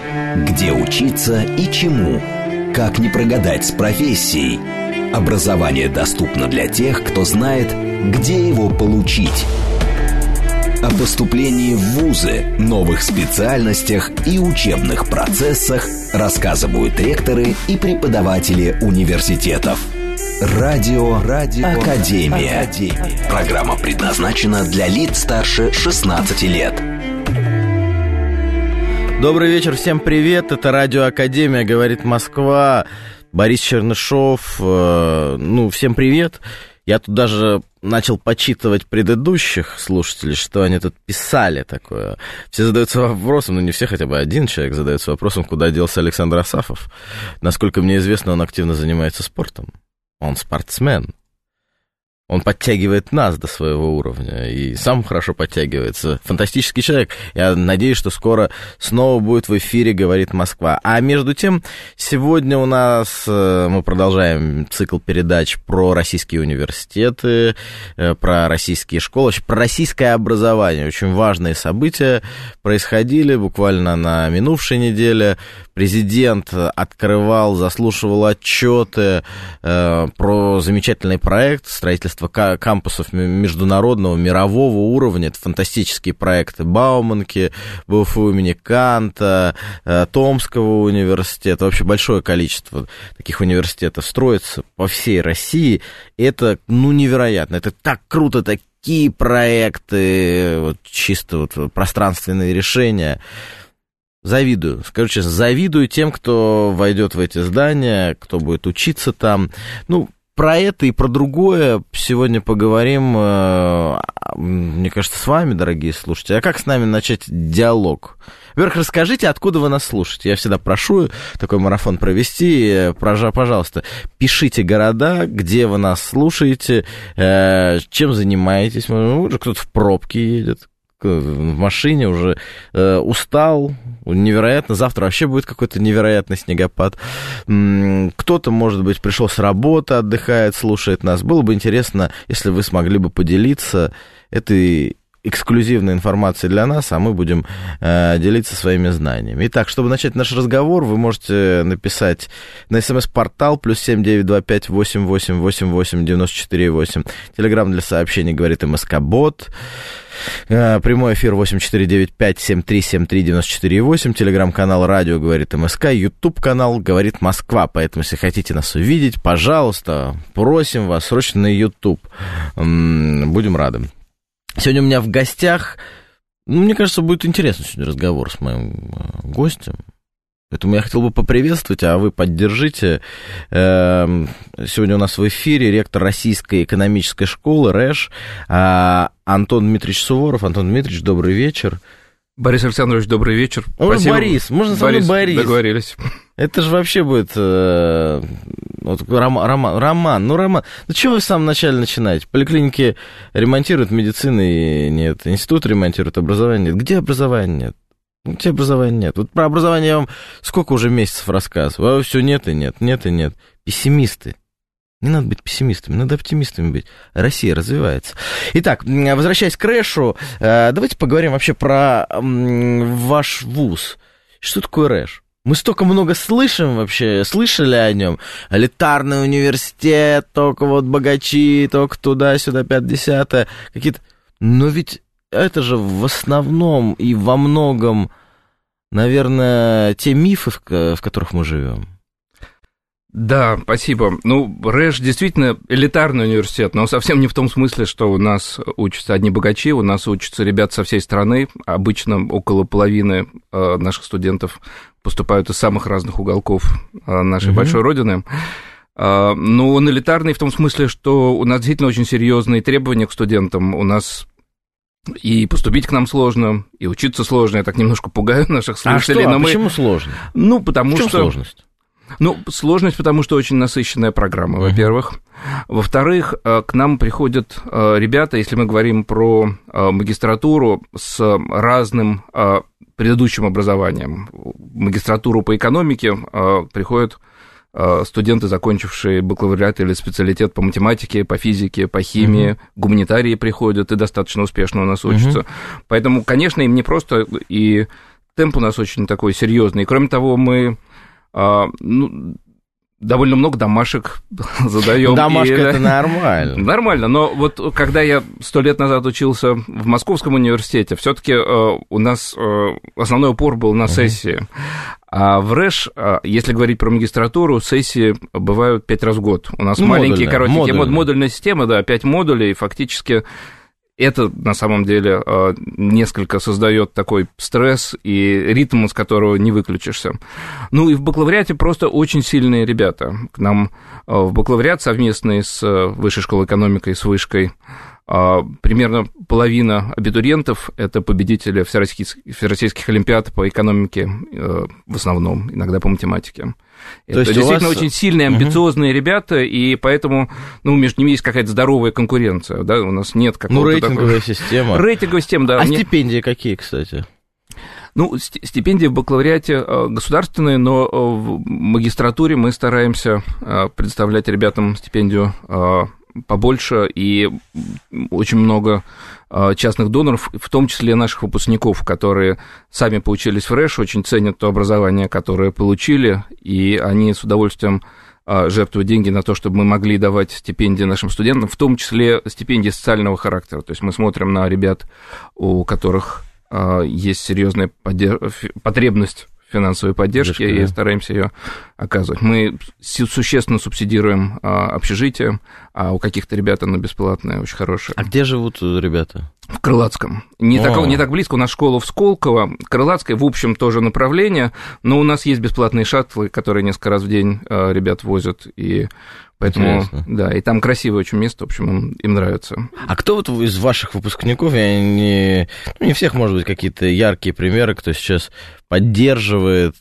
Где учиться и чему? Как не прогадать с профессией? Образование доступно для тех, кто знает, где его получить. О поступлении в вузы, новых специальностях и учебных процессах рассказывают ректоры и преподаватели университетов. Радио Академия. Программа предназначена для лиц старше 16 лет. Добрый вечер, всем привет, это Радио Академия, говорит Москва, Борис Чернышов, всем привет. Я тут даже начал почитывать предыдущих слушателей, что они тут писали такое. Все задаются вопросом, не все, хотя бы один человек задается вопросом, куда делся Александр Асафов. Насколько мне известно, он активно занимается спортом, он спортсмен. Он подтягивает нас до своего уровня и сам хорошо подтягивается. Фантастический человек. Я надеюсь, что скоро снова будет в эфире «Говорит Москва». А между тем, сегодня у нас мы продолжаем цикл передач про российские университеты, про российские школы, вообще про российское образование. Очень важные события происходили буквально на минувшей неделе. Президент открывал, заслушивал отчеты про замечательный проект строительства кампусов международного, мирового уровня. Это фантастические проекты Бауманки, БФУ имени Канта, Томского университета. Вообще большое количество таких университетов строится по всей России. Это, невероятно. Это так круто, такие проекты, чисто пространственные решения. Завидую, скажу честно, завидую тем, кто войдет в эти здания, кто будет учиться там. Про это и про другое сегодня поговорим, мне кажется, с вами, дорогие слушатели. А как с нами начать диалог? Во-первых, расскажите, откуда вы нас слушаете. Я всегда прошу такой марафон провести. Пожалуйста, пишите города, где вы нас слушаете, чем занимаетесь. Может, кто-то в пробке едет, в машине уже устал, невероятно, завтра вообще будет какой-то невероятный снегопад. Кто-то, может быть, пришел с работы, отдыхает, слушает нас. Было бы интересно, если вы смогли бы поделиться этой эксклюзивной информацией для нас, а мы будем делиться своими знаниями. Итак, чтобы начать наш разговор, вы можете написать на СМС-портал +7 925 88 88 94 8. Телеграм для сообщений говорит МСК-бот. Прямой эфир 8495-7373-94-8. Телеграм-канал «Радио говорит МСК». Ютуб-канал «Говорит Москва». Поэтому, если хотите нас увидеть, пожалуйста, просим вас срочно на Ютуб. Будем рады. Сегодня у меня в гостях, мне кажется, будет интересный сегодня разговор с моим гостем. Поэтому я хотел бы поприветствовать, а вы поддержите. Сегодня у нас в эфире ректор Российской экономической школы РЭШ Антон Дмитриевич Суворов. Антон Дмитриевич, добрый вечер. Борис Александрович, добрый вечер. Спасибо. Борис, можно со мной Борис? Договорились. Это же вообще будет Роман. Чего вы в самом начале начинаете? Поликлиники ремонтируют, медицины нет, институт ремонтирует, образование нет. Где образование нет? Где образования нет? Вот про образование я вам сколько уже месяцев рассказываю, а все нет и нет, нет и нет. Пессимисты. Не надо быть пессимистами, надо оптимистами быть. Россия развивается. Итак, возвращаясь к РЭШу, давайте поговорим вообще про ваш вуз. Что такое РЭШ? Мы столько много слышим вообще, слышали о нем. Элитарный университет, только вот богачи, только туда-сюда, 5-10, какие-то... Но ведь это же в основном и во многом, наверное, те мифы, в которых мы живем. Да, спасибо. РЭШ действительно элитарный университет, но совсем не в том смысле, что у нас учатся одни богачи, у нас учатся ребята со всей страны. Обычно около половины наших студентов поступают из самых разных уголков нашей большой родины. Но он элитарный в том смысле, что у нас действительно очень серьезные требования к студентам. У нас и поступить к нам сложно, и учиться сложно. Я так немножко пугаю наших слушателей. Почему сложно? Потому что... сложность? Сложность, потому что очень насыщенная программа, во-первых. Во-вторых, к нам приходят ребята, если мы говорим про магистратуру, с разным предыдущим образованием. В магистратуру по экономике приходят студенты, закончившие бакалавриат или специалитет по математике, по физике, по химии, гуманитарии приходят и достаточно успешно у нас учатся. Поэтому, конечно, им не просто и темп у нас очень такой серьезный. И, кроме того, мы довольно много домашек задаем. Домашка это нормально. Нормально, но вот когда я 100 лет назад учился в Московском университете, все-таки у нас основной упор был на сессии. А в РЭШ, если говорить про магистратуру, сессии бывают 5 раз в год. У нас маленькие, коротенькие модульная система, да, 5 модулей, и фактически это, на самом деле, несколько создает такой стресс и ритм, с которого не выключишься. Ну и в бакалавриате просто очень сильные ребята. К нам в бакалавриат совместный с Высшей школой экономики и с Вышкой примерно половина абитуриентов – это победители всероссийских олимпиад по экономике в основном, иногда по математике. Это действительно очень сильные, амбициозные ребята, и поэтому между ними есть какая-то здоровая конкуренция. Да? У нас нет какого-то рейтинговая система. Рейтинговая система, да. А стипендии какие, кстати? Стипендии в бакалавриате государственные, но в магистратуре мы стараемся предоставлять ребятам стипендию побольше, и очень много частных доноров, в том числе наших выпускников, которые сами поучились в РЭШ, очень ценят то образование, которое получили, и они с удовольствием жертвуют деньги на то, чтобы мы могли давать стипендии нашим студентам, в том числе стипендии социального характера. То есть мы смотрим на ребят, у которых есть серьезная потребность финансовой поддержки, и стараемся ее оказывать. Мы существенно субсидируем общежитие, а у каких-то ребят оно бесплатное, очень хорошее. А где живут ребята? В Крылатском. Не так близко, у нас школа в Сколково, Крылатское, в общем, тоже направление, но у нас есть бесплатные шаттлы, которые несколько раз в день ребят возят, и поэтому, да, и там красивое очень место, в общем, им нравится. А кто вот из ваших выпускников, не всех, может быть, какие-то яркие примеры, кто сейчас поддерживает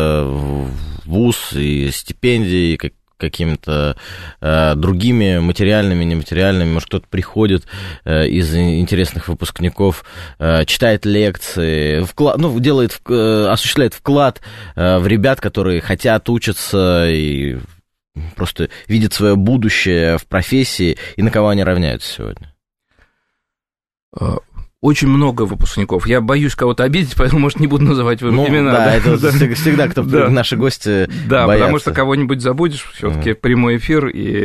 вуз и стипендии, какими-то другими материальными, нематериальными, может, кто-то приходит из интересных выпускников, читает лекции, осуществляет вклад в ребят, которые хотят учиться и просто видят свое будущее в профессии, и на кого они равняются сегодня? Очень много выпускников. Я боюсь кого-то обидеть, поэтому, может, не буду называть имена. Да, это всегда кто наши гости да, боятся. Потому что кого-нибудь забудешь, все-таки прямой эфир.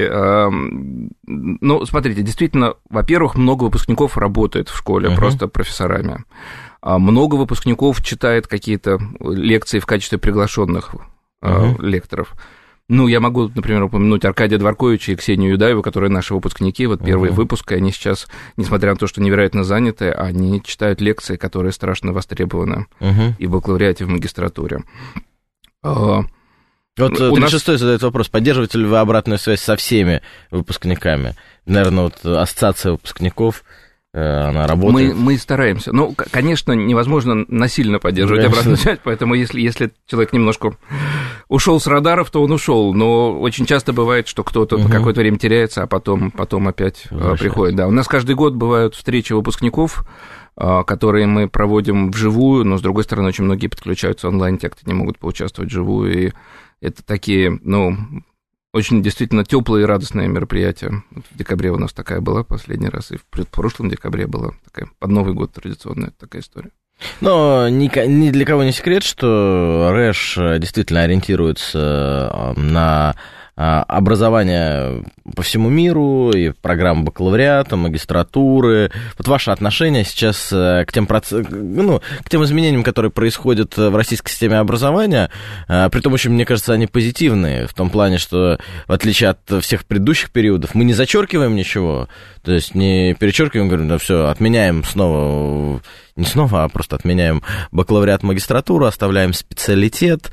Смотрите, действительно, во-первых, много выпускников работает в школе просто профессорами. Много выпускников читает какие-то лекции в качестве приглашенных лекторов. Я могу, например, упомянуть Аркадия Дворковича и Ксению Юдаеву, которые наши выпускники, первые выпуски, они сейчас, несмотря на то, что невероятно заняты, они читают лекции, которые страшно востребованы и в бакалавриате, и в магистратуре. Вот 36-й задает вопрос, поддерживаете ли вы обратную связь со всеми выпускниками? Наверное, ассоциация выпускников, она работает. Мы стараемся. Конечно, невозможно насильно поддерживать обратную связь, поэтому если человек немножко ушел с радаров, то он ушел. Но очень часто бывает, что кто-то на какое-то время теряется, а потом опять приходит. Да. У нас каждый год бывают встречи выпускников, которые мы проводим вживую, но, с другой стороны, очень многие подключаются онлайн, те, кто не могут поучаствовать вживую. И это такие, очень действительно теплые и радостные мероприятия. В декабре у нас такая была последний раз, и в прошлом декабре была такая под Новый год традиционная такая история. Но ни для кого не секрет, что РЭШ действительно ориентируется на образование по всему миру, и программы бакалавриата, магистратуры. Вот ваше отношение сейчас к тем изменениям, которые происходят в российской системе образования, при том, очень, мне кажется, они позитивные, в том плане, что, в отличие от всех предыдущих периодов, мы не зачеркиваем ничего, то есть не перечеркиваем, говорим, все, отменяем снова, не снова, а просто отменяем бакалавриат, магистратуру, оставляем специалитет.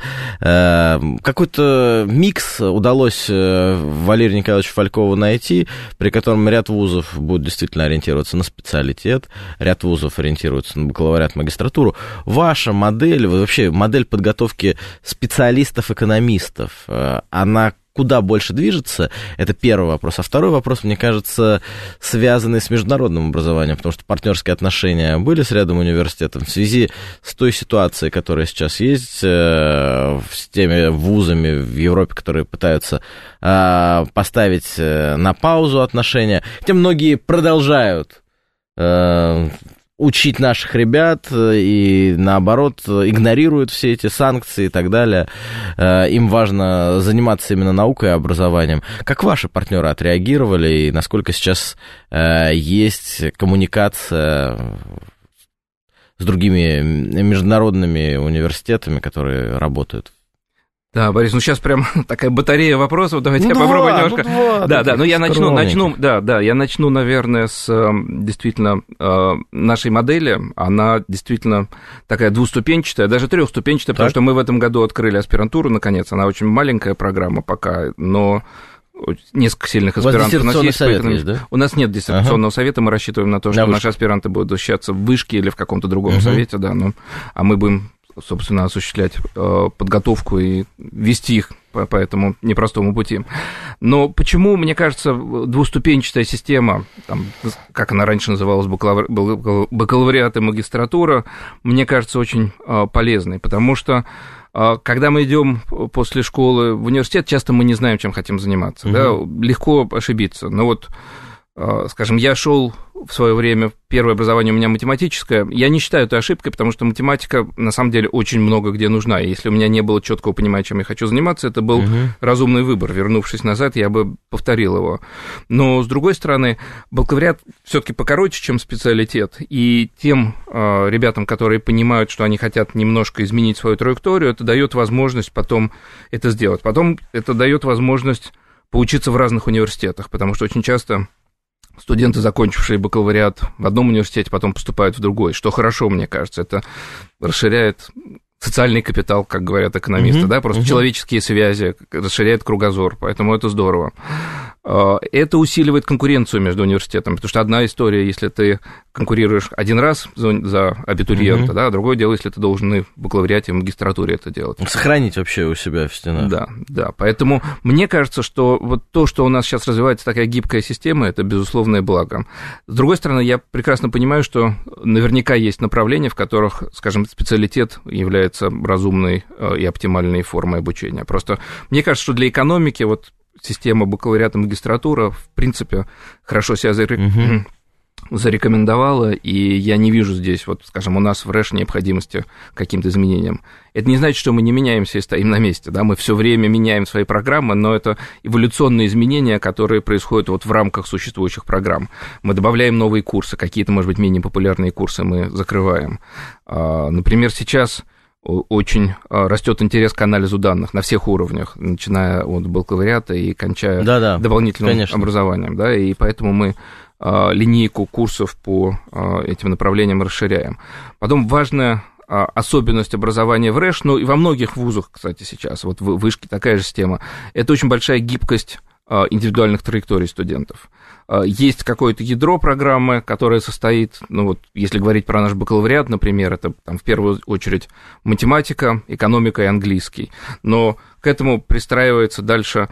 Какой-то микс удалось Валерию Николаевичу Фалькову найти, при котором ряд вузов будет действительно ориентироваться на специалитет, ряд вузов ориентируется на бакалавриат, магистратуру. Ваша модель, вообще модель подготовки специалистов-экономистов, она куда больше движется? Это первый вопрос. А второй вопрос, мне кажется, связанный с международным образованием, потому что партнерские отношения были с рядом университетов в связи с той ситуацией, которая сейчас есть с теми вузами в Европе, которые пытаются поставить на паузу отношения. Хотя многие продолжают учить наших ребят и, наоборот, игнорируют все эти санкции и так далее. Им важно заниматься именно наукой и образованием. Как ваши партнеры отреагировали и насколько сейчас есть коммуникация с другими международными университетами, которые работают? Да, Борис, сейчас прям такая батарея вопросов, давайте я попробую немножко. Я начну, наверное, с действительно нашей модели. Она действительно такая двуступенчатая, даже трехступенчатая, потому что мы в этом году открыли аспирантуру, наконец. Она очень маленькая программа пока, но несколько сильных аспирантов. У вас диссертационный совет есть, да? У нас нет диссертационного совета, мы рассчитываем на то, что наши аспиранты будут защищаться в вышке или в каком-то другом совете, да, а мы будем, собственно, осуществлять подготовку и вести их по этому непростому пути. Но почему, мне кажется, двуступенчатая система, там, как она раньше называлась, бакалавриат и магистратура, мне кажется, очень полезной, потому что когда мы идем после школы в университет, часто мы не знаем, чем хотим заниматься. Да? Легко ошибиться. Но вот, скажем, я шел в свое время, первое образование у меня математическое. Я не считаю это ошибкой, потому что математика, на самом деле, очень много где нужна. И если у меня не было четкого понимания, чем я хочу заниматься, это был разумный выбор. Вернувшись назад, я бы повторил его. Но, с другой стороны, бакалавриат все-таки покороче, чем специалитет. И тем ребятам, которые понимают, что они хотят немножко изменить свою траекторию, это дает возможность потом это сделать. Потом это дает возможность поучиться в разных университетах, потому что очень часто студенты, закончившие бакалавриат в одном университете, потом поступают в другой, что хорошо, мне кажется, это расширяет социальный капитал, как говорят экономисты, да, просто человеческие связи, расширяет кругозор, поэтому это здорово. Это усиливает конкуренцию между университетами, потому что одна история, если ты конкурируешь один раз за абитуриента, да, а другое дело, если ты должен и в бакалавриате, и в магистратуре это делать. Сохранить вообще у себя в стенах. Да, поэтому мне кажется, что вот то, что у нас сейчас развивается такая гибкая система, это безусловное благо. С другой стороны, я прекрасно понимаю, что наверняка есть направления, в которых, скажем, специалитет является разумной и оптимальной формой обучения. Просто мне кажется, что для экономики вот система бакалавриата и магистратура, в принципе, хорошо себя зарекомендовала, и я не вижу здесь, вот, скажем, у нас в РЭШ необходимости к каким-то изменениям. Это не значит, что мы не меняемся и стоим на месте, да, мы все время меняем свои программы, но это эволюционные изменения, которые происходят вот в рамках существующих программ. Мы добавляем новые курсы, какие-то, может быть, менее популярные курсы мы закрываем. Например, сейчас очень растет интерес к анализу данных на всех уровнях, начиная от бакалавриата и кончая дополнительным образованием, да, и поэтому мы линейку курсов по этим направлениям расширяем. Потом важная особенность образования в РЭШ, ну и во многих вузах, кстати, сейчас, вот в вышке такая же система, это очень большая гибкость индивидуальных траекторий студентов. Есть какое-то ядро программы, которое состоит, ну вот, если говорить про наш бакалавриат, например, это там, в первую очередь математика, экономика и английский, но к этому пристраивается дальше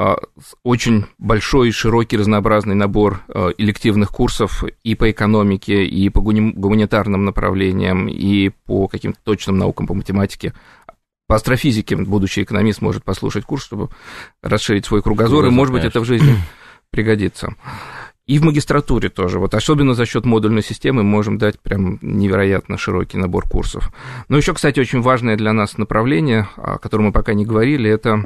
очень большой и широкий разнообразный набор элективных курсов и по экономике, и по гуманитарным направлениям, и по каким-то точным наукам, по математике. По астрофизике будущий экономист может послушать курс, чтобы расширить свой кругозор, и, может быть, это в жизни пригодится. И в магистратуре тоже. Вот особенно за счет модульной системы мы можем дать прям невероятно широкий набор курсов. Но еще, кстати, очень важное для нас направление, о котором мы пока не говорили, это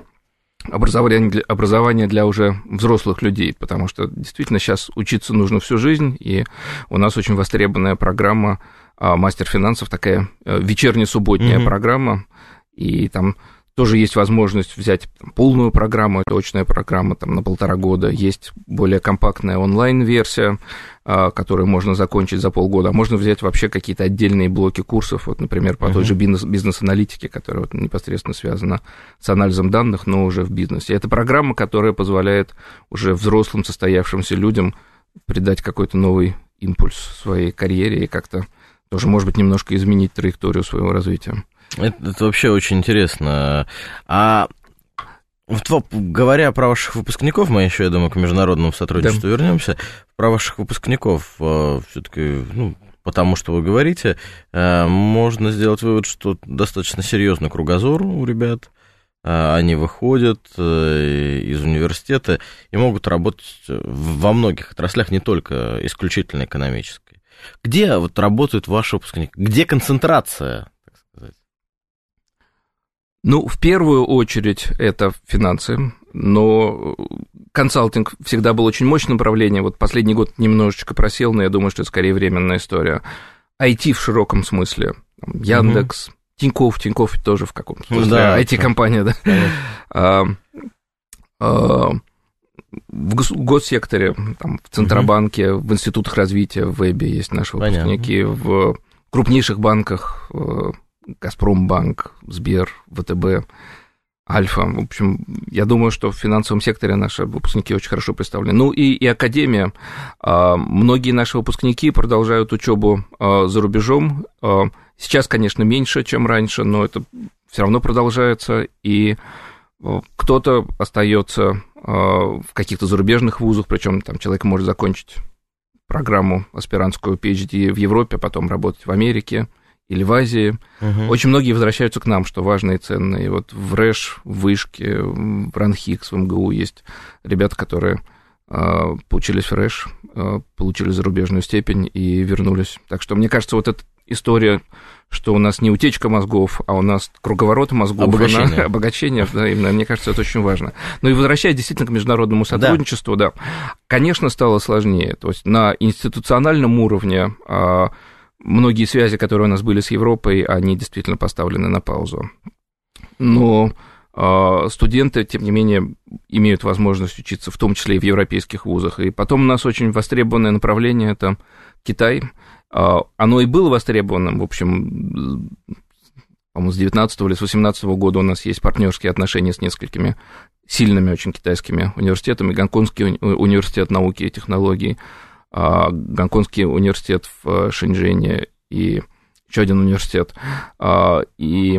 образование для уже взрослых людей, потому что действительно сейчас учиться нужно всю жизнь, и у нас очень востребованная программа «Мастер финансов», такая вечерне-субботняя программа, и там тоже есть возможность взять полную программу, это очная программа там, на 1,5 года, есть более компактная онлайн-версия, которую можно закончить за полгода, а можно взять вообще какие-то отдельные блоки курсов, вот, например, по той же бизнес-аналитике, которая вот непосредственно связана с анализом данных, но уже в бизнесе. Это программа, которая позволяет уже взрослым состоявшимся людям придать какой-то новый импульс своей карьере и как-то тоже, может быть, немножко изменить траекторию своего развития. Это вообще очень интересно. А вот, говоря про ваших выпускников, мы еще, я думаю, к международному сотрудничеству вернемся. Про ваших выпускников все-таки, ну, потому что вы говорите, можно сделать вывод, что достаточно серьезный кругозор у ребят. Они выходят из университета и могут работать во многих отраслях, не только исключительно экономической. Где вот работают ваши выпускники? Где концентрация, так сказать? Ну, в первую очередь это финансы, но консалтинг всегда был очень мощным направлением. Вот последний год немножечко просел, но я думаю, что это скорее временная история. IT в широком смысле. Яндекс, Тинькофф тоже в каком-то смысле. Да, IT-компания, да. В госсекторе, там, в Центробанке, в институтах развития, в ВЭБе есть наши выпускники, в крупнейших банках, Газпромбанк, Сбер, ВТБ, Альфа. В общем, я думаю, что в финансовом секторе наши выпускники очень хорошо представлены. Ну и академия. Многие наши выпускники продолжают учебу за рубежом. Сейчас, конечно, меньше, чем раньше, но это все равно продолжается. И кто-то остается в каких-то зарубежных вузах, причем там человек может закончить программу аспирантскую PhD в Европе, а потом работать в Америке или в Азии. Очень многие возвращаются к нам, что важно и ценно. И вот в РЭШ, в Вышке, в РАНХИКС, в МГУ есть ребята, которые поучились в РЭШ, получили зарубежную степень и вернулись. Так что, мне кажется, вот эта история, что у нас не утечка мозгов, а у нас круговорот мозгов, обогащение, да, именно, мне кажется, это очень важно. Ну и возвращаясь действительно к международному сотрудничеству, да, конечно, стало сложнее. То есть на институциональном уровне многие связи, которые у нас были с Европой, они действительно поставлены на паузу. Но студенты, тем не менее, имеют возможность учиться, в том числе и в европейских вузах. И потом у нас очень востребованное направление – это Китай. Оно и было востребованным, в общем, по-моему, с 19 или с 18 года у нас есть партнерские отношения с несколькими сильными очень китайскими университетами. Гонконгский университет науки и технологий, Гонконгский университет в Шэньчжэне и еще один университет. И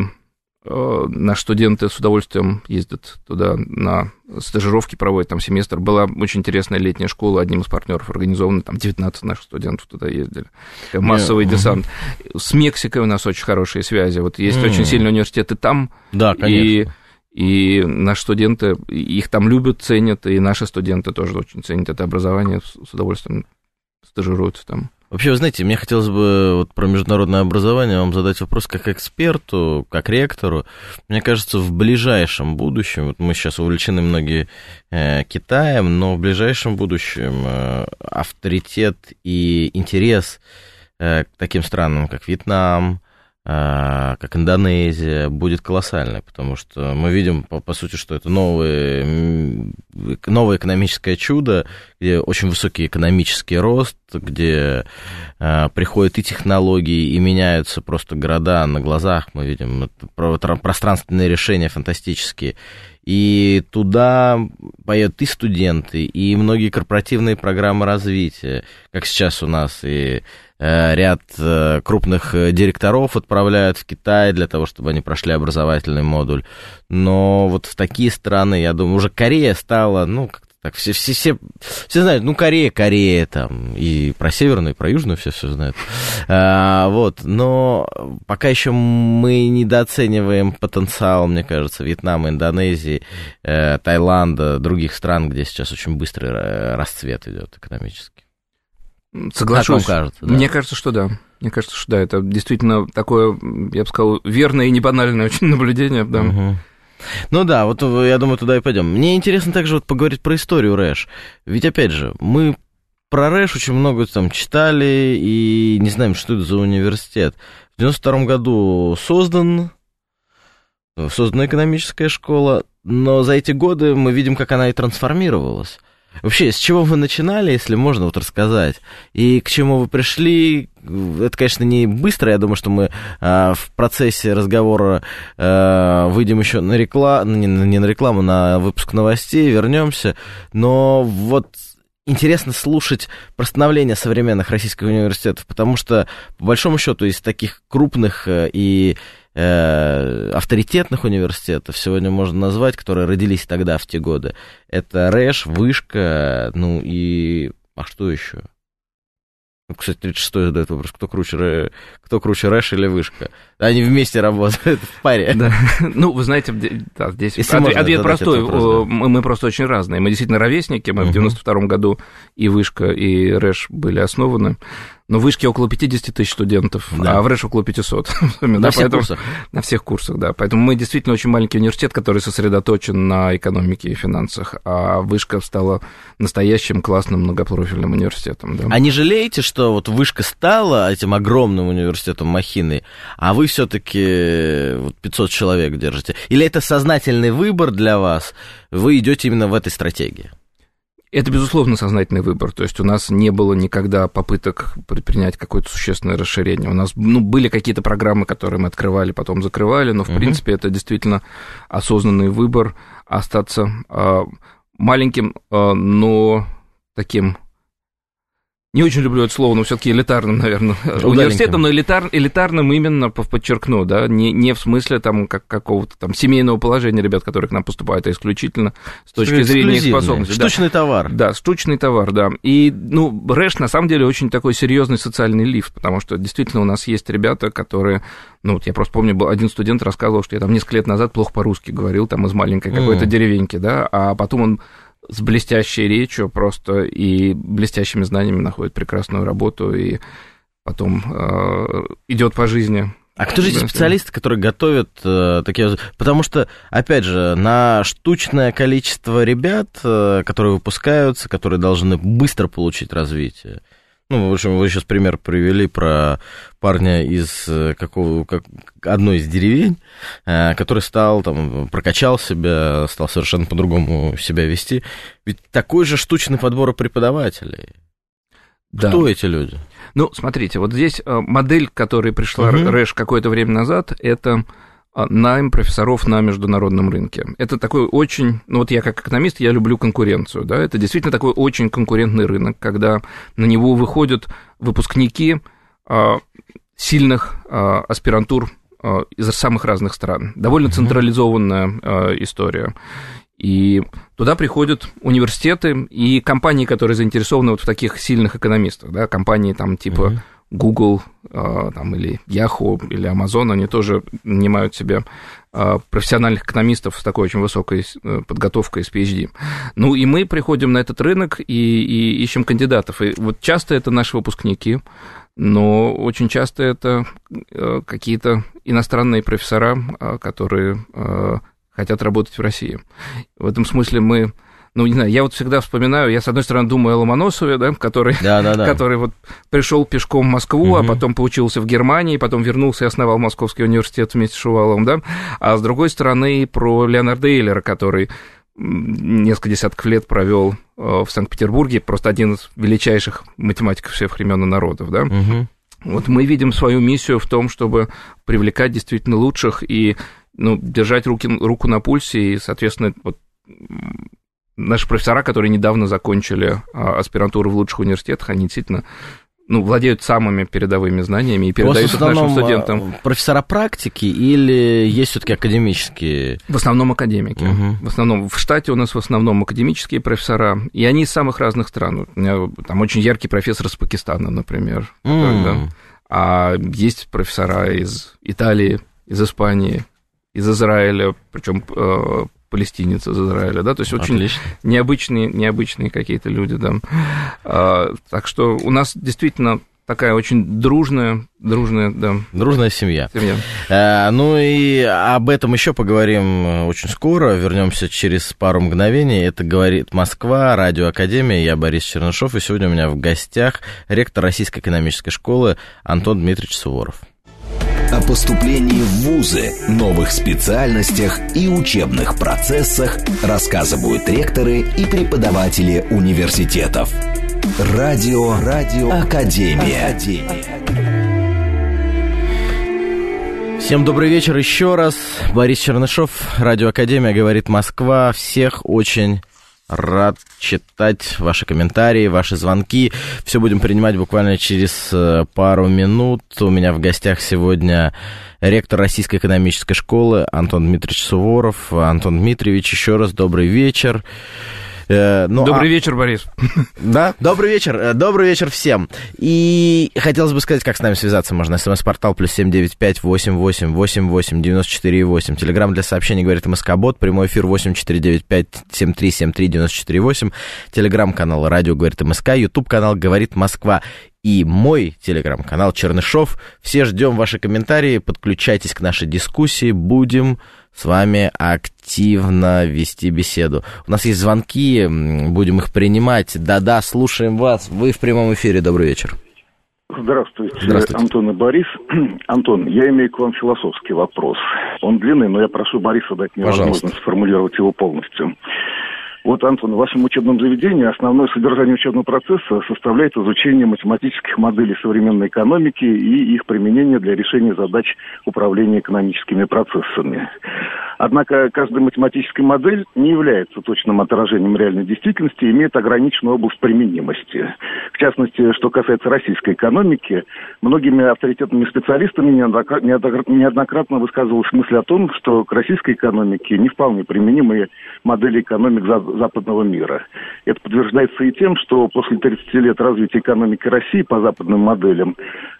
наши студенты с удовольствием ездят туда на стажировки, проводят там семестр. Была очень интересная летняя школа, одним из партнеров организована, там 19 наших студентов туда ездили. Массовый десант. С Мексикой у нас очень хорошие связи. Вот есть очень сильные университеты там. Да, конечно. И наши студенты их там любят, ценят, и наши студенты тоже очень ценят это образование, с удовольствием стажируются там. Вообще, вы знаете, мне хотелось бы вот про международное образование вам задать вопрос как эксперту, как ректору. Мне кажется, в ближайшем будущем, вот мы сейчас увлечены многие Китаем, но в ближайшем будущем авторитет и интерес к таким странам, как Вьетнам, как Индонезия, будет колоссальной, потому что мы видим, по сути, что это новое экономическое чудо, где очень высокий экономический рост, где приходят и технологии, и меняются просто города на глазах, мы видим пространственные решения фантастические. И туда поедут и студенты, и многие корпоративные программы развития, как сейчас у нас и ряд крупных директоров отправляют в Китай для того, чтобы они прошли образовательный модуль. Но вот в такие страны, я думаю, уже Корея стала, ну, как-то так, все знают, ну, Корея там, и про Северную, и про Южную все знают. Вот, но пока еще мы недооцениваем потенциал, мне кажется, Вьетнама, Индонезии, Таиланда, других стран, где сейчас очень быстрый расцвет идет экономически. Соглашусь. Как вам кажется, да? Мне кажется, что да. Мне кажется, что да. Это действительно такое, я бы сказал, верное и не банальное очень наблюдение. Да. Угу. Ну да, вот я думаю, туда и пойдем. Мне интересно также вот поговорить про историю РЭШ. Ведь, опять же, мы про РЭШ очень много там читали и не знаем, что это за университет. В 92 году создана экономическая школа, но за эти годы мы видим, как она и трансформировалась. Вообще, с чего вы начинали, если можно вот рассказать, и к чему вы пришли? Это, конечно, не быстро, я думаю, что мы в процессе разговора выйдем еще на рекламу, не на рекламу, на выпуск новостей, вернемся, но вот интересно слушать про становление современных российских университетов, потому что, по большому счету, из таких крупных и авторитетных университетов сегодня можно назвать, которые родились тогда, в те годы. Это РЭШ, Вышка, ну и... А что еще? Кстати, 36-й задает вопрос, кто круче, РЭШ или Вышка? Они вместе работают в паре. Да. Ну, вы знаете, да, здесь ответ простой. Вопрос, да. Мы просто очень разные. Мы действительно ровесники. Мы в 92-м году и Вышка, и РЭШ были основаны. Но в вышке около 50 тысяч студентов, да. А в РЭШ около 500. На всех курсах? На всех курсах, да. Поэтому мы действительно очень маленький университет, который сосредоточен на экономике и финансах, а вышка стала настоящим классным многопрофильным университетом. Да. А не жалеете, что вот вышка стала этим огромным университетом махиной, а вы все-таки 500 человек держите? Или это сознательный выбор для вас? Вы идете именно в этой стратегии? Это, безусловно, сознательный выбор. То есть у нас не было никогда попыток предпринять какое-то существенное расширение. У нас были какие-то программы, которые мы открывали, потом закрывали, но, в принципе, это действительно осознанный выбор остаться маленьким, но таким... Не очень люблю это слово, но все-таки элитарным, наверное, университетом, но элитарным именно, подчеркну, да, не в смысле там какого-то там семейного положения ребят, которые к нам поступают, а исключительно с точки зрения их способностей. Штучный товар. Да, штучный товар, да. И, РЭШ, на самом деле, очень такой серьезный социальный лифт, потому что действительно у нас есть ребята, которые... я просто помню, один студент рассказывал, что я там несколько лет назад плохо по-русски говорил, там из маленькой какой-то деревеньки, да, а потом он с блестящей речью просто и блестящими знаниями находит прекрасную работу и потом идет по жизни. А кто же эти специалисты, которые готовят такие... Потому что, опять же, на штучное количество ребят, которые выпускаются, которые должны быстро получить развитие. В общем, вы сейчас пример привели про парня из одной из деревень, который прокачал себя, стал совершенно по-другому себя вести. Ведь такой же штучный подбор преподавателей. Да. Кто эти люди? Смотрите, вот здесь модель, к которой пришла РЭШ какое-то время назад, это найм профессоров на международном рынке. Это такой очень... я как экономист, я люблю конкуренцию, да, это действительно такой очень конкурентный рынок, когда на него выходят выпускники сильных аспирантур из самых разных стран. Довольно централизованная история. И туда приходят университеты и компании, которые заинтересованы в таких сильных экономистах, да, компании типа Google или Yahoo или Amazon, они тоже нанимают себе профессиональных экономистов с такой очень высокой подготовкой с PhD. И мы приходим на этот рынок и ищем кандидатов. И вот часто это наши выпускники, но очень часто это какие-то иностранные профессора, которые хотят работать в России. В этом смысле мы... я вот всегда вспоминаю, я, с одной стороны, думаю о Ломоносове, да, который вот пришел пешком в Москву, а потом поучился в Германии, потом вернулся и основал Московский университет вместе с Шуваловым, да, а с другой стороны, про Леонарда Эйлера, который несколько десятков лет провел в Санкт-Петербурге, просто один из величайших математиков всех времен и народов, да. Вот мы видим свою миссию в том, чтобы привлекать действительно лучших и держать руку на пульсе, и, соответственно, вот наши профессора, которые недавно закончили аспирантуру в лучших университетах, они действительно владеют самыми передовыми знаниями и передают их нашим студентам. Профессора практики или есть все-таки академические? В основном академики. В основном в штате у нас в основном академические профессора, и они из самых разных стран. У меня там очень яркий профессор из Пакистана, например. А есть профессора из Италии, из Испании, из Израиля, причем палестинец из Израиля, да, то есть очень необычные какие-то люди, да. Так что у нас действительно такая очень дружная, да. Дружная семья. И об этом еще поговорим очень скоро. Вернемся через пару мгновений. Это «Говорит Москва», Радио Академия. Я Борис Чернышов, и сегодня у меня в гостях ректор Российской экономической школы Антон Дмитриевич Суворов. О поступлении в вузы, новых специальностях и учебных процессах рассказывают ректоры и преподаватели университетов. Радио Академия. Всем добрый вечер еще раз. Борис Чернышов, Радио Академия, говорит Москва. Всех очень рад читать ваши комментарии, ваши звонки. Все будем принимать буквально через пару минут. У меня в гостях сегодня ректор Российской экономической школы Антон Дмитриевич Суворов. Антон Дмитриевич, еще раз добрый вечер. Добрый вечер, Борис. Да, добрый вечер всем. И хотелось бы сказать, как с нами связаться можно. СМС-портал +7 95 88 88 94 8. Телеграм для сообщений говорит МСК-бот. Прямой эфир 8495 73 94 8. Телеграм-канал Радио говорит МСК. Ютуб-канал говорит Москва. и мой телеграм-канал Чернышов. Все ждем ваши комментарии, подключайтесь к нашей дискуссии, будем с вами активно вести беседу. У нас есть звонки, будем их принимать. Да-да, слушаем вас, вы в прямом эфире, добрый вечер. Здравствуйте, Антон и Борис. Антон, я имею к вам философский вопрос. Он длинный, но я прошу Бориса дать мне возможность сформулировать его полностью. Вот, Антон, в вашем учебном заведении основное содержание учебного процесса составляет изучение математических моделей современной экономики и их применение для решения задач управления экономическими процессами. Однако каждая математическая модель не является точным отражением реальной действительности и имеет ограниченную область применимости. В частности, что касается российской экономики, многими авторитетными специалистами неоднократно высказывалась мысль о том, что к российской экономике не вполне применимы модели экономик западного мира. Это подтверждается и тем, что после 30 лет развития экономики России по западным моделям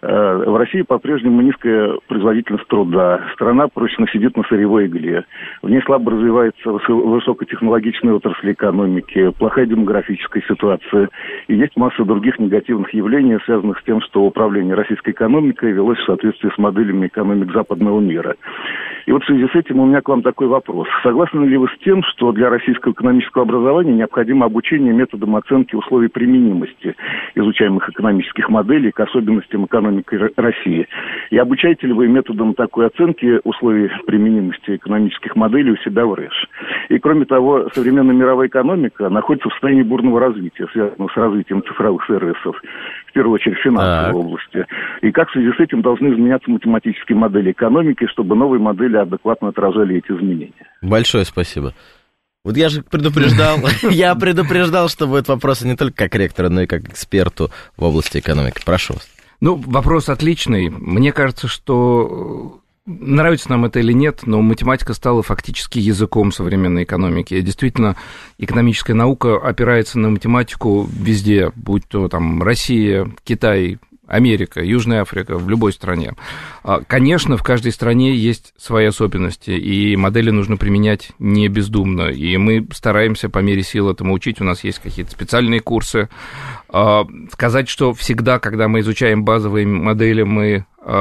в России по-прежнему низкая производительность труда, страна прочно сидит на сырьевой игле. В ней слабо развивается высокотехнологичная отрасль экономики, плохая демографическая ситуация. И есть масса других негативных явлений, связанных с тем, что управление российской экономикой велось в соответствии с моделями экономик западного мира. И вот в связи с этим у меня к вам такой вопрос. Согласны ли вы с тем, что для российского экономического образования необходимо обучение методам оценки условий применимости изучаемых экономических моделей к особенностям экономики России? И обучаете ли вы методам такой оценки условий применимости экономических моделей у себя в РЭШ? И кроме того, современная мировая экономика находится в состоянии бурного развития, связанного с развитием цифровых сервисов, в первую очередь в финансовой области. И как в связи с этим должны изменяться математические модели экономики, чтобы новые модели адекватно отражали эти изменения? Большое спасибо. Вот я же предупреждал, что будет вопросы не только как ректору, но и как эксперту в области экономики. Прошу вас. Ну, вопрос отличный. Мне кажется, что нравится нам это или нет, но математика стала фактически языком современной экономики. И действительно, экономическая наука опирается на математику везде, будь то там Россия, Китай, Америка, Южная Африка, в любой стране. Конечно, в каждой стране есть свои особенности, и модели нужно применять не бездумно, и мы стараемся по мере сил этому учить, у нас есть какие-то специальные курсы. Сказать, что всегда, когда мы изучаем базовые модели, мы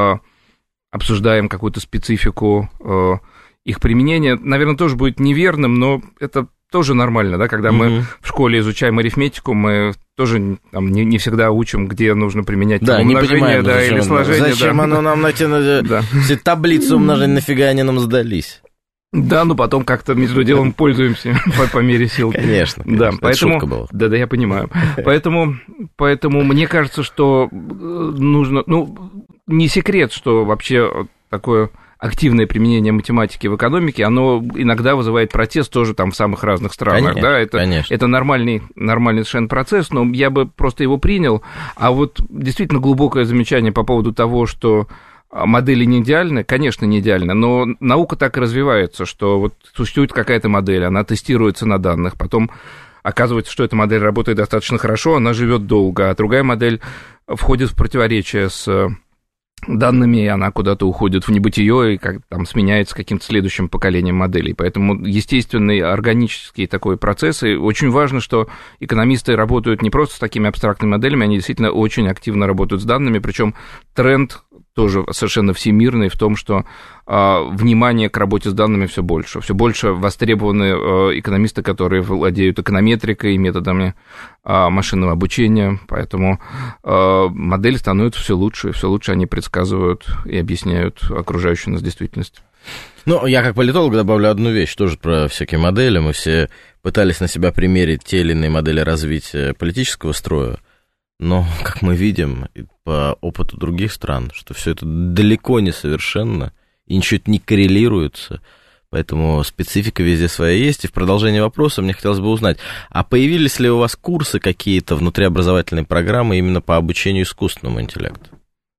обсуждаем какую-то специфику их применения, наверное, тоже будет неверным, но это тоже нормально, да, когда мы в школе изучаем арифметику, мы тоже там, не всегда учим, где нужно применять умножение, да, или сложение. Зачем оно нам все таблицы умножения, нафига они нам сдались? Да, но потом как-то между делом пользуемся по мере сил. Конечно. Да, поэтому, шутка была. Да, я понимаю. Поэтому мне кажется, что нужно... Ну, не секрет, что вообще такое активное применение математики в экономике, оно иногда вызывает протест тоже там в самых разных странах. Конечно, это нормальный совершенно процесс, но я бы просто его принял. А вот действительно глубокое замечание по поводу того, что модели не идеальны, конечно, не идеальны, но наука так и развивается, что вот существует какая-то модель, она тестируется на данных, потом оказывается, что эта модель работает достаточно хорошо, она живет долго, а другая модель входит в противоречие с данными, и она куда-то уходит в небытие и там сменяется каким-то следующим поколением моделей. Поэтому естественный, органический такой процесс. И очень важно, что экономисты работают не просто с такими абстрактными моделями, они действительно очень активно работают с данными, причем тренд тоже совершенно всемирный в том, что внимание к работе с данными все больше востребованы экономисты, которые владеют эконометрикой и методами машинного обучения, поэтому модели становятся все лучше они предсказывают и объясняют окружающую нас действительность. Ну, я как политолог добавлю одну вещь тоже про всякие модели. Мы все пытались на себя примерить те или иные модели развития политического строя, но, как мы видим по опыту других стран, что все это далеко не совершенно, и ничего не коррелируется, поэтому специфика везде своя есть. И в продолжение вопроса мне хотелось бы узнать, а появились ли у вас курсы какие-то, внутриобразовательные программы именно по обучению искусственному интеллекту?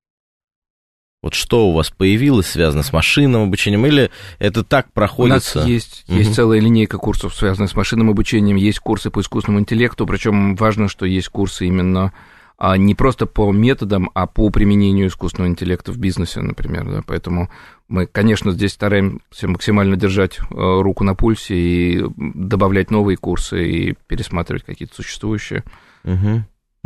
Вот что у вас появилось, связано с машинным обучением, или это так проходится? У нас есть целая линейка курсов, связанных с машинным обучением, есть курсы по искусственному интеллекту, причем важно, что есть курсы именно не просто по методам, а по применению искусственного интеллекта в бизнесе, например. Да? Поэтому мы, конечно, здесь стараемся максимально держать руку на пульсе и добавлять новые курсы и пересматривать какие-то существующие.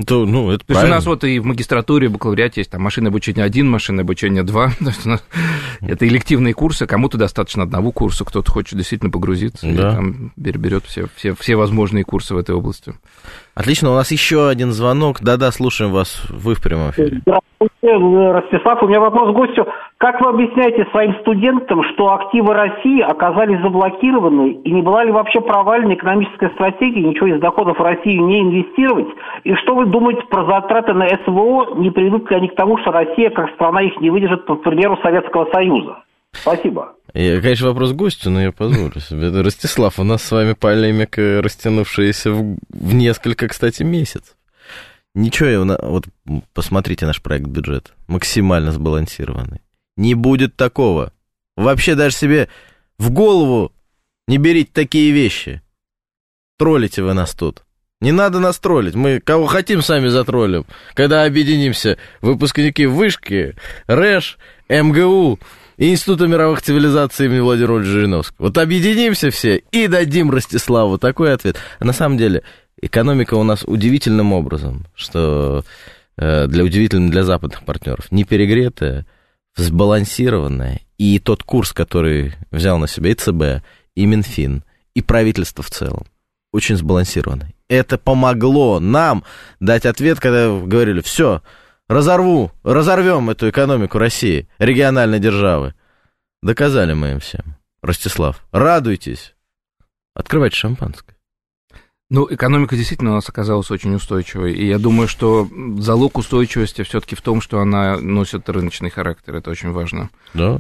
Это То есть правильно. у нас вот и в магистратуре, в бакалавриате есть там машинное обучение 1, машинное обучение 2. То есть у нас это элективные курсы, кому-то достаточно одного курса, кто-то хочет действительно погрузиться, и там берет все возможные курсы в этой области. Отлично, у нас еще один звонок. Да-да, слушаем вас, вы в прямом эфире. Здравствуйте, Ростислав. У меня вопрос к гостю. Как вы объясняете своим студентам, что активы России оказались заблокированы, и не была ли вообще провалена экономическая стратегия ничего из доходов в Россию не инвестировать? И что вы думаете про затраты на СВО? Не приведут ли они к тому, что Россия как страна их не выдержит, по примеру Советского Союза? Спасибо. Конечно, вопрос гостю, но я позволю себе. Это Ростислав, у нас с вами полемика, растянувшаяся в несколько, кстати, месяцев. Ничего, вот посмотрите наш проект бюджета, максимально сбалансированный. Не будет такого. Вообще даже себе в голову не берите такие вещи. Троллите вы нас тут. Не надо нас троллить. Мы кого хотим, сами затроллим. Когда объединимся выпускники Вышки, РЭШ, МГУ и Института мировых цивилизаций имени Владимира Владимировича Жириновского. Вот объединимся все и дадим Ростиславу такой ответ. А на самом деле экономика у нас удивительным образом, что удивительным для западных партнеров, не перегретая, сбалансированная. И тот курс, который взял на себя и ЦБ, и Минфин, и правительство в целом, очень сбалансированный. Это помогло нам дать ответ, когда говорили: все, разорвем эту экономику России, региональной державы. Доказали мы им всем. Ростислав, радуйтесь, открывайте шампанское. Экономика действительно у нас оказалась очень устойчивой, и я думаю, что залог устойчивости все-таки в том, что она носит рыночный характер, это очень важно. Да.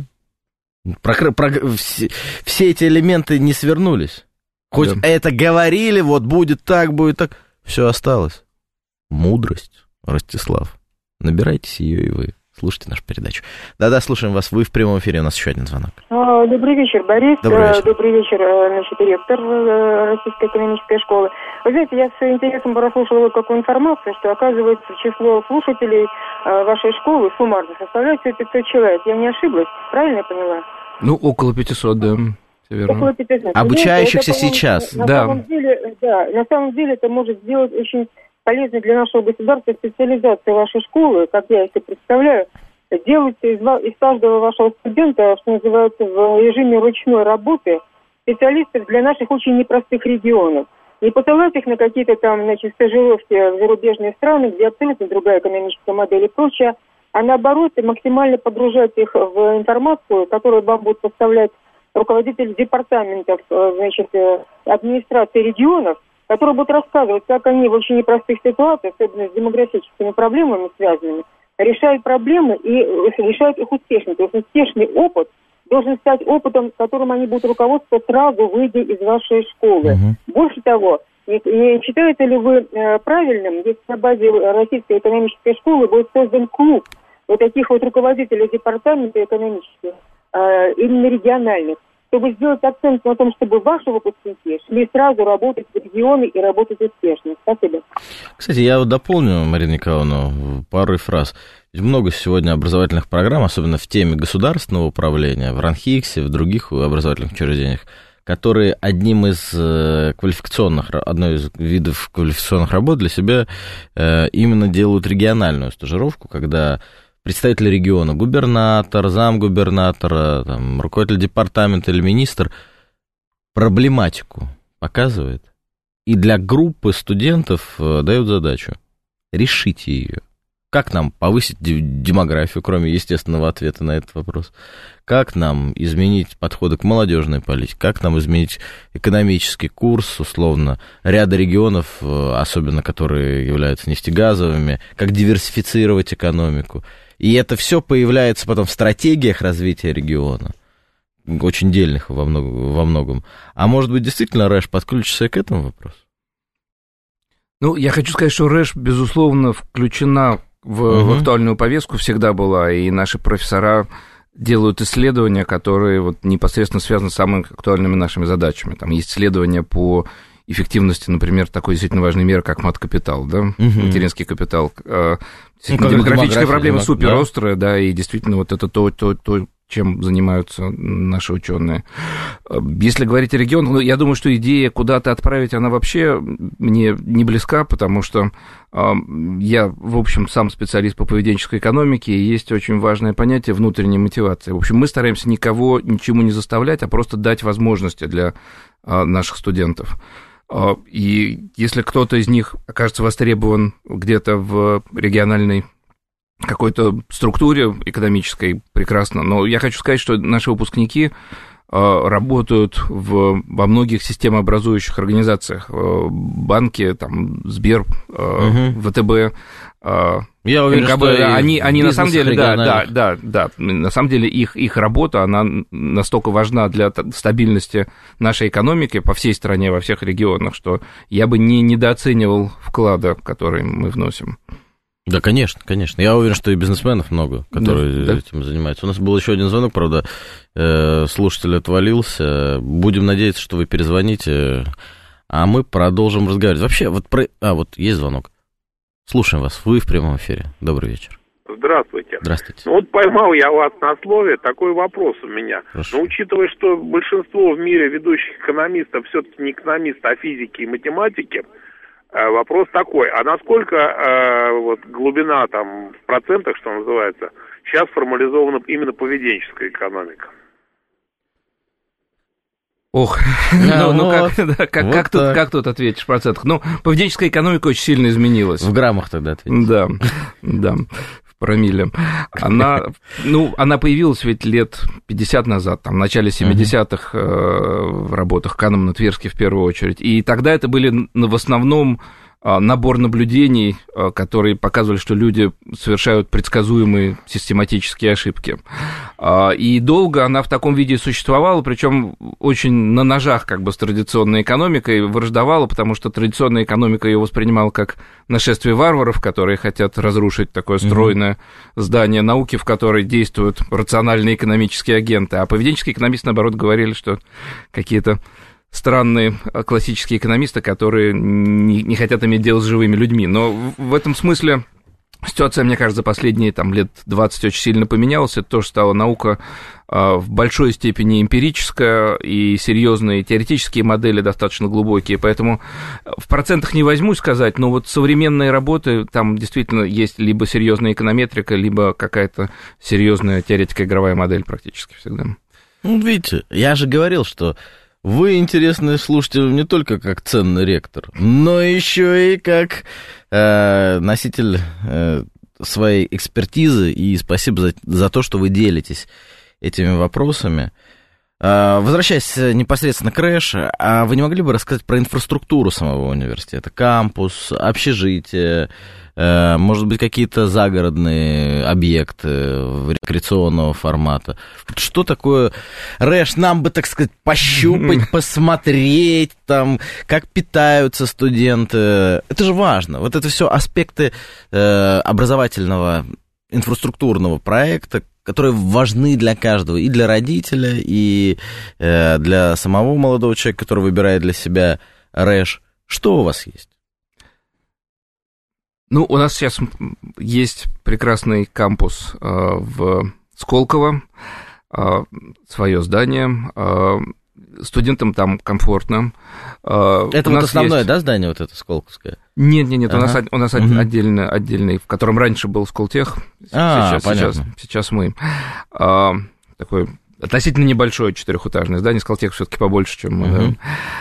Все эти элементы не свернулись. Хоть это говорили, вот будет так. Все осталось. Мудрость, Ростислав. Набирайтесь ее и вы. Слушайте нашу передачу. Да-да, слушаем вас. Вы в прямом эфире. У нас еще один звонок. Добрый вечер, Борис. Добрый вечер. Добрый вечер, ректор Российской экономической школы. Вы знаете, я с интересом прослушала какую информацию, что, оказывается, число слушателей вашей школы суммарно составляет 500 человек. Я не ошиблась? Правильно я поняла? Около 500, да. Верно. Около 500. Обучающихся сейчас. На самом деле это может сделать очень полезной для нашего государства специализация вашей школы, как я это представляю. Делать из каждого вашего студента, что называется, в режиме ручной работы специалистов для наших очень непростых регионов. Не посылать их на какие-то там, стажировки в зарубежные страны, где абсолютно другая экономическая модель и прочее, а наоборот, максимально погружать их в информацию, которую вам будут поставлять руководители департаментов, администрации регионов, которые будут рассказывать, как они в очень непростых ситуациях, особенно с демографическими проблемами связанными, решают проблемы и решают их успешно. То есть успешный опыт должен стать опытом, которым они будут руководствоваться сразу, выйдя из вашей школы. Больше того, не считаете ли вы правильным, если на базе Российской экономической школы будет создан клуб вот таких вот руководителей департамента экономических, именно региональных, чтобы сделать акцент на том, чтобы ваши выпускники шли сразу работать в регионы и работать успешно. Спасибо. Кстати, я дополню, Марину Николаевну, пару фраз. Ведь много сегодня образовательных программ, особенно в теме государственного управления, в РАНХИКСе, в других образовательных учреждениях, которые одной из видов квалификационных работ для себя именно делают региональную стажировку, когда представитель региона, губернатор, замгубернатора, руководитель департамента или министр проблематику показывает и для группы студентов дает задачу решить ее. Как нам повысить демографию, кроме естественного ответа на этот вопрос? Как нам изменить подходы к молодежной политике? Как нам изменить экономический курс, условно, ряда регионов, особенно которые являются нефтегазовыми? Как диверсифицировать экономику? И это все появляется потом в стратегиях развития региона, очень дельных во многом. А может быть, действительно, РЭШ подключится и к этому вопросу? Я хочу сказать, что РЭШ, безусловно, включена в актуальную повестку, всегда была, и наши профессора делают исследования, которые непосредственно связаны с самыми актуальными нашими задачами. Там есть исследования по эффективности, например, такой действительно важной меры, как мат-капитал, да, материнский капитал. Демографическая проблема суперострая, да, и действительно это то, чем занимаются наши ученые. Если говорить о регионах, я думаю, что идея куда-то отправить, она вообще мне не близка, потому что я, в общем, сам специалист по поведенческой экономике, и есть очень важное понятие внутренней мотивации. В общем, мы стараемся никого ничему не заставлять, а просто дать возможности для наших студентов. И если кто-то из них окажется востребован где-то в региональной какой-то структуре экономической, прекрасно. Но я хочу сказать, что наши выпускники работают во многих системообразующих организациях. Банки, там, Сбер, ВТБ, я уверен, НКБ, что они на самом деле, да, на самом деле их работа, она настолько важна для стабильности нашей экономики по всей стране, во всех регионах, что я бы не недооценивал вклада, который мы вносим. Да, конечно, конечно. Я уверен, что и бизнесменов много, которые этим занимаются. У нас был еще один звонок, правда, слушатель отвалился. Будем надеяться, что вы перезвоните, а мы продолжим разговаривать. Вообще, вот есть звонок. Слушаем вас. Вы в прямом эфире. Добрый вечер. Здравствуйте. Здравствуйте. Ну, вот поймал я вас на слове. Такой вопрос у меня. Хорошо. Но учитывая, что большинство в мире ведущих экономистов все-таки не экономисты, а физики и математики, вопрос такой, а насколько вот глубина там в процентах, что называется, сейчас формализована именно поведенческая экономика? Ох, как тут ответишь в процентах? Ну, поведенческая экономика очень сильно изменилась. В граммах тогда ответишь. Да, в промилле. Она появилась ведь лет 50 назад, там, в начале 70-х в работах Канемана, Тверски в первую очередь. И тогда это были в основном набор наблюдений, которые показывали, что люди совершают предсказуемые систематические ошибки. И долго она в таком виде существовала, причем очень на ножах как бы с традиционной экономикой враждовала, потому что традиционная экономика ее воспринимала как нашествие варваров, которые хотят разрушить такое стройное здание науки, в которой действуют рациональные экономические агенты. А поведенческие экономисты, наоборот, говорили, что какие-то странные классические экономисты, которые не хотят иметь дело с живыми людьми. Но в этом смысле ситуация, мне кажется, за последние лет 20 очень сильно поменялась. Это тоже стала наука в большой степени эмпирическая, и серьезные теоретические модели достаточно глубокие. Поэтому в процентах не возьму сказать, но вот современные работы, там действительно есть либо серьезная эконометрика, либо какая-то серьезная теоретико-игровая модель практически всегда. Ну, видите, я же говорил, что вы интересны слушателям не только как ценный ректор, но еще и как носитель своей экспертизы, и спасибо за то, что вы делитесь этими вопросами. Возвращаясь непосредственно к РЭШ, а вы не могли бы рассказать про инфраструктуру самого университета? Кампус, общежитие, может быть, какие-то загородные объекты рекреационного формата. Что такое РЭШ? Нам бы, так сказать, пощупать, посмотреть, там, как питаются студенты. Это же важно. Вот это все аспекты образовательного инфраструктурного проекта, которые важны для каждого, и для родителя, и для самого молодого человека, который выбирает для себя РЭШ. Что у вас есть? Ну, у нас сейчас есть прекрасный кампус в Сколково, свое здание. Студентам там комфортно. Это вот основное, есть... да, здание вот это Сколковское? Нет, у нас отдельный, в котором раньше был Сколтех, сейчас мы. Такое относительно небольшое 4-этажное здание, Сколтех все-таки побольше, чем мы.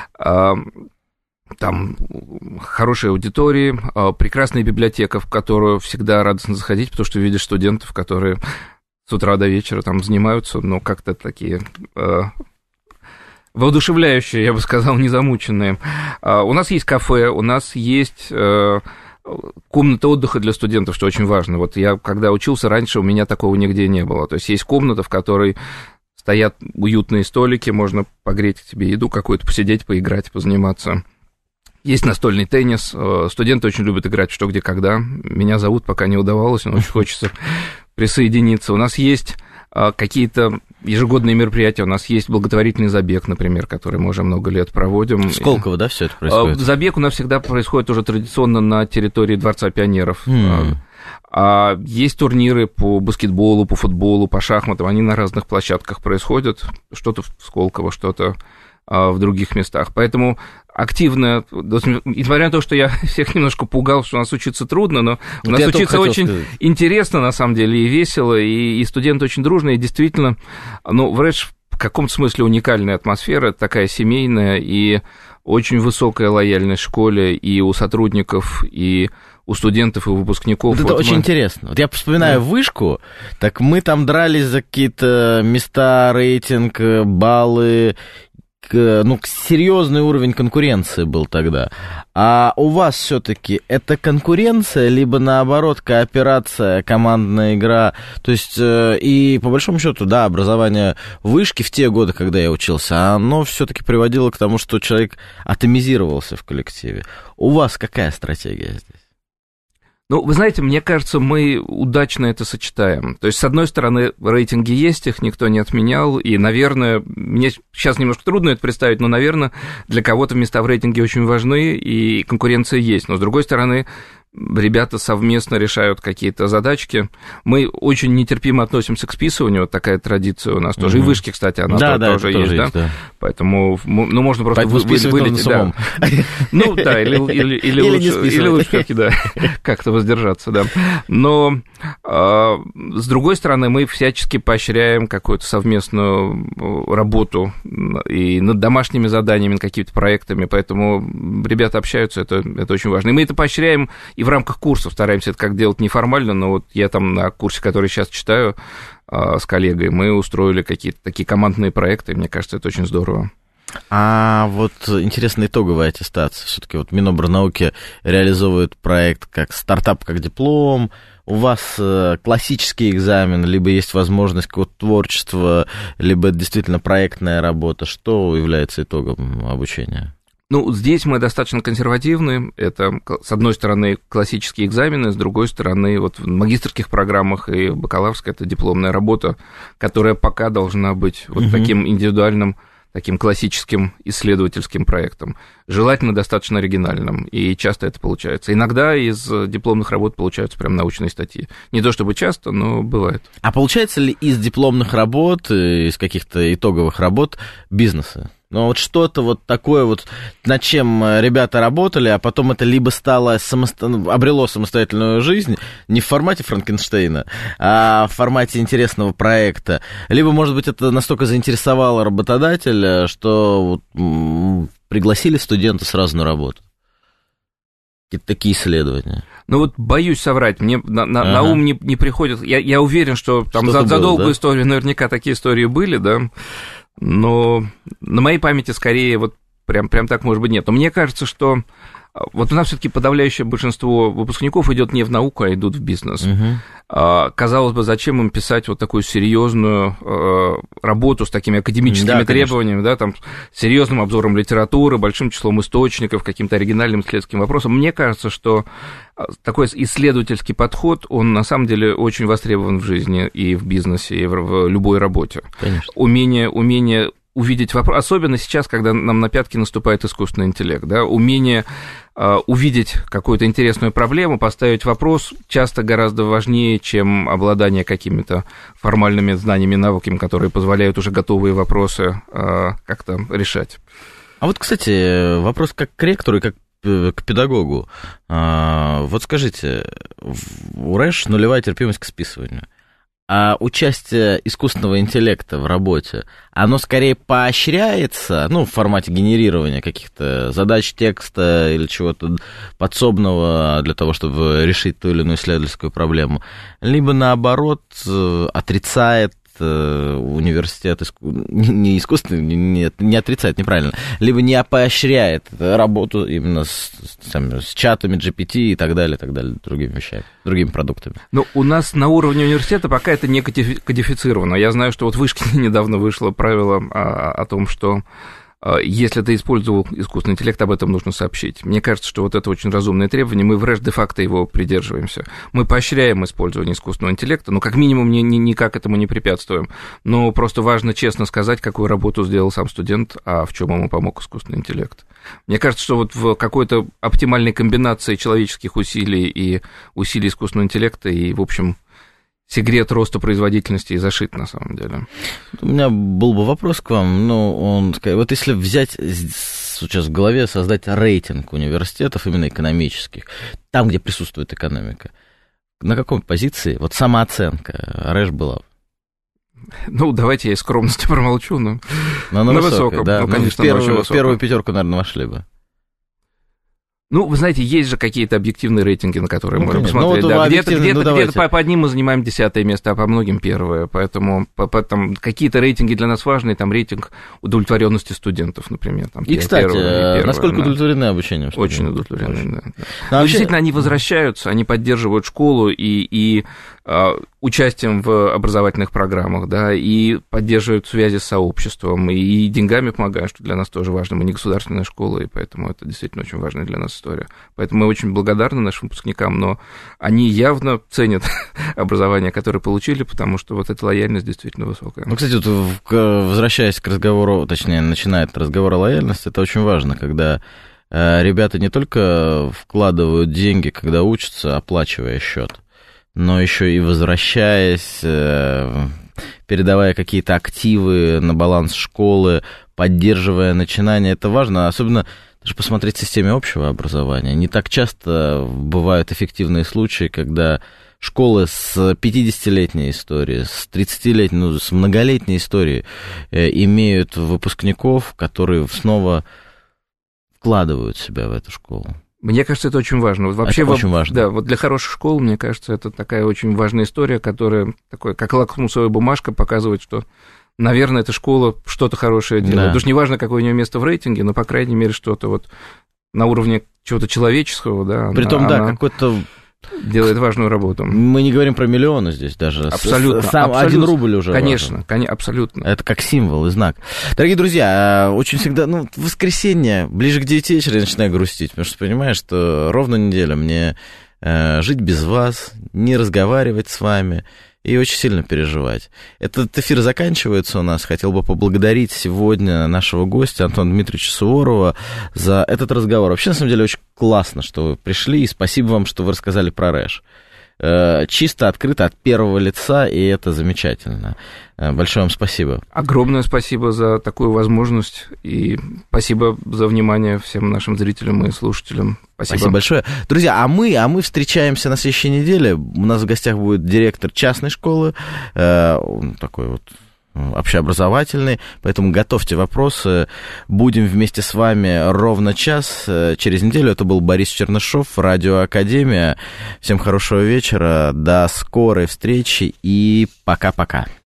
Там хорошие аудитории, прекрасная библиотека, в которую всегда радостно заходить, потому что видишь студентов, которые с утра до вечера там занимаются, но как-то такие... воодушевляющие, я бы сказал, незамученные. У нас есть кафе, у нас есть комната отдыха для студентов, что очень важно. Вот я, когда учился раньше, у меня такого нигде не было. То есть есть комната, в которой стоят уютные столики, можно погреть тебе еду какую-то, посидеть, поиграть, позаниматься. Есть настольный теннис, студенты очень любят играть в «Что, где, когда». Меня зовут, пока не удавалось, но очень хочется присоединиться. У нас есть какие-то ежегодные мероприятия. У нас есть благотворительный забег, например, который мы уже много лет проводим. В Сколково, да, все это происходит? Забег у нас всегда происходит уже традиционно на территории Дворца пионеров. Есть турниры по баскетболу, по футболу, по шахматам, они на разных площадках происходят, что-то в Сколково, что-то в других местах. Поэтому активно, несмотря на то, что я всех немножко пугал, что у нас учиться трудно, но у нас учиться очень интересно, на самом деле, и весело, и студенты очень дружные, и действительно, в РЭШ в каком-то смысле уникальная атмосфера, такая семейная, и очень высокая лояльность в школе и у сотрудников, и у студентов и выпускников. Вот это очень интересно. Вот я вспоминаю вышку, так мы там дрались за какие-то места, рейтинг, баллы, серьезный уровень конкуренции был тогда. А у вас все-таки это конкуренция, либо наоборот кооперация, командная игра? То есть, и по большому счету, да, образование вышки в те годы, когда я учился, оно все-таки приводило к тому, что человек атомизировался в коллективе. У вас какая стратегия здесь? Вы знаете, мне кажется, мы удачно это сочетаем. То есть, с одной стороны, рейтинги есть, их никто не отменял, и, наверное, мне сейчас немножко трудно это представить, но, наверное, для кого-то места в рейтинге очень важны, и конкуренция есть. Но, с другой стороны, ребята совместно решают какие-то задачки. Мы очень нетерпимо относимся к списыванию, вот такая традиция у нас тоже. И вышки, кстати, она тоже есть, да? Поэтому, можно просто вылететь. Да. Или лучше как-то воздержаться, да. Но, с другой стороны, мы всячески поощряем какую-то совместную работу и над домашними заданиями, над какими-то проектами, поэтому ребята общаются, это очень важно. И мы это поощряем и в рамках курсов, стараемся это как делать неформально, но вот я там на курсе, который сейчас читаю с коллегой, мы устроили какие-то такие командные проекты, и мне кажется, это очень здорово. А вот интересная итоговая аттестация. Все-таки вот Минобрнауки реализовывает проект как стартап, как диплом. У вас классический экзамен, либо есть возможность какого-то творчества, либо это действительно проектная работа. Что является итогом обучения? Здесь мы достаточно консервативны. Это, с одной стороны, классические экзамены, с другой стороны, вот в магистерских программах и бакалаврской это дипломная работа, которая пока должна быть вот таким индивидуальным, таким классическим исследовательским проектом. Желательно достаточно оригинальным, и часто это получается. Иногда из дипломных работ получаются прям научные статьи. Не то чтобы часто, но бывает. А получается ли из дипломных работ, из каких-то итоговых работ бизнеса? Вот что-то вот такое вот, над чем ребята работали, а потом это либо стало обрело самостоятельную жизнь, не в формате Франкенштейна, а в формате интересного проекта, либо, может быть, это настолько заинтересовало работодателя, что пригласили студента сразу на работу. Какие-то такие исследования. Боюсь соврать, мне на ум не приходит. Я уверен, что там за долгую историю наверняка такие истории были, да. Но на моей памяти скорее вот прям так, может быть, нет. Но мне кажется, что вот у нас все-таки подавляющее большинство выпускников идет не в науку, а идут в бизнес. Казалось бы, зачем им писать вот такую серьезную работу с такими академическими требованиями, да, там, серьезным обзором литературы, большим числом источников, каким-то оригинальным исследовательским вопросом. Мне кажется, что такой исследовательский подход, он на самом деле очень востребован в жизни и в бизнесе, и в любой работе. Конечно. Умение увидеть вопрос, особенно сейчас, когда нам на пятки наступает искусственный интеллект, да, умение увидеть какую-то интересную проблему, поставить вопрос часто гораздо важнее, чем обладание какими-то формальными знаниями, навыками, которые позволяют уже готовые вопросы как-то решать. А вот, кстати, вопрос как к ректору и как к педагогу. Вот скажите, у РЭШ нулевая терпимость к списыванию. А участие искусственного интеллекта в работе, оно скорее поощряется, в формате генерирования каких-то задач текста или чего-то подсобного для того, чтобы решить ту или иную исследовательскую проблему, либо, наоборот, отрицает университет, не искусственный, не отрицает, неправильно, либо не поощряет работу именно с чатами GPT и так далее, другими вещами, другими продуктами. У нас на уровне университета пока это не кодифицировано. Я знаю, что вот в Вышке недавно вышло правило о том, что если ты использовал искусственный интеллект, об этом нужно сообщить. Мне кажется, что вот это очень разумное требование, мы в РЭШ де-факто его придерживаемся. Мы поощряем использование искусственного интеллекта, как минимум никак этому не препятствуем. Но просто важно честно сказать, какую работу сделал сам студент, а в чем ему помог искусственный интеллект. Мне кажется, что вот в какой-то оптимальной комбинации человеческих усилий и усилий искусственного интеллекта и, в общем, секрет роста производительности и зашит, на самом деле. У меня был бы вопрос к вам. Вот если взять сейчас в голове, создать рейтинг университетов, именно экономических, там, где присутствует экономика, на какой позиции, вот самооценка РЭШ была? Давайте я из скромности промолчу, но на высоком, да. Конечно, в первую пятерку, наверное, вошли бы. Вы знаете, есть же какие-то объективные рейтинги, на которые можно посмотреть. Да. Где-то по одним мы занимаем 10-е место, а по многим 1-е. Поэтому какие-то рейтинги для нас важны. Там рейтинг удовлетворенности студентов, например. И, кстати, насколько удовлетворены обучением студентов? Очень удовлетворены, да. Действительно, они возвращаются, они поддерживают школу и участием в образовательных программах, да, и поддерживают связи с сообществом, и деньгами помогают, что для нас тоже важно. Мы не государственная школа, и поэтому это действительно очень важная для нас история. Поэтому мы очень благодарны нашим выпускникам, но они явно ценят образование, которое получили, потому что вот эта лояльность действительно высокая. Кстати, возвращаясь к разговору, точнее, начинает разговор о лояльности, это очень важно, когда ребята не только вкладывают деньги, когда учатся, оплачивая счет, но еще и возвращаясь, передавая какие-то активы на баланс школы, поддерживая начинания, это важно, особенно даже посмотреть в системе общего образования. Не так часто бывают эффективные случаи, когда школы с 50-летней историей, с 30-летней, с многолетней историей имеют выпускников, которые снова вкладывают себя в эту школу. Мне кажется, это очень важно. Вообще, это очень важно. Да, вот для хороших школ, мне кажется, это такая очень важная история, которая, такой, как лакмусовая бумажка, показывает, что, наверное, эта школа что-то хорошее делает. Да. Уж не важно, какое у нее место в рейтинге, но, по крайней мере, что-то вот на уровне чего-то человеческого, да. Притом, да, какой-то... делает важную работу. Мы не говорим про миллионы здесь даже. Абсолютно. Сам абсолютно. 1 рубль уже Конечно, абсолютно. Это как символ и знак. Дорогие друзья, очень всегда, в воскресенье, ближе к 9 вечера я начинаю грустить, потому что понимаешь, что ровно неделя мне жить без вас, не разговаривать с вами и очень сильно переживать. Этот эфир заканчивается у нас. Хотел бы поблагодарить сегодня нашего гостя Антона Дмитриевича Суворова за этот разговор. Вообще, на самом деле, очень классно, что вы пришли, и спасибо вам, что вы рассказали про РЭШ. Чисто, открыто, от первого лица, и это замечательно. Большое вам спасибо. Огромное спасибо за такую возможность, и спасибо за внимание всем нашим зрителям и слушателям. Спасибо большое. Друзья, а мы встречаемся на следующей неделе. У нас в гостях будет директор частной школы, такой вот общеобразовательный, поэтому готовьте вопросы. Будем вместе с вами ровно час через неделю. Это был Борис Чернышов, Радио Академия. Всем хорошего вечера, до скорой встречи и пока-пока.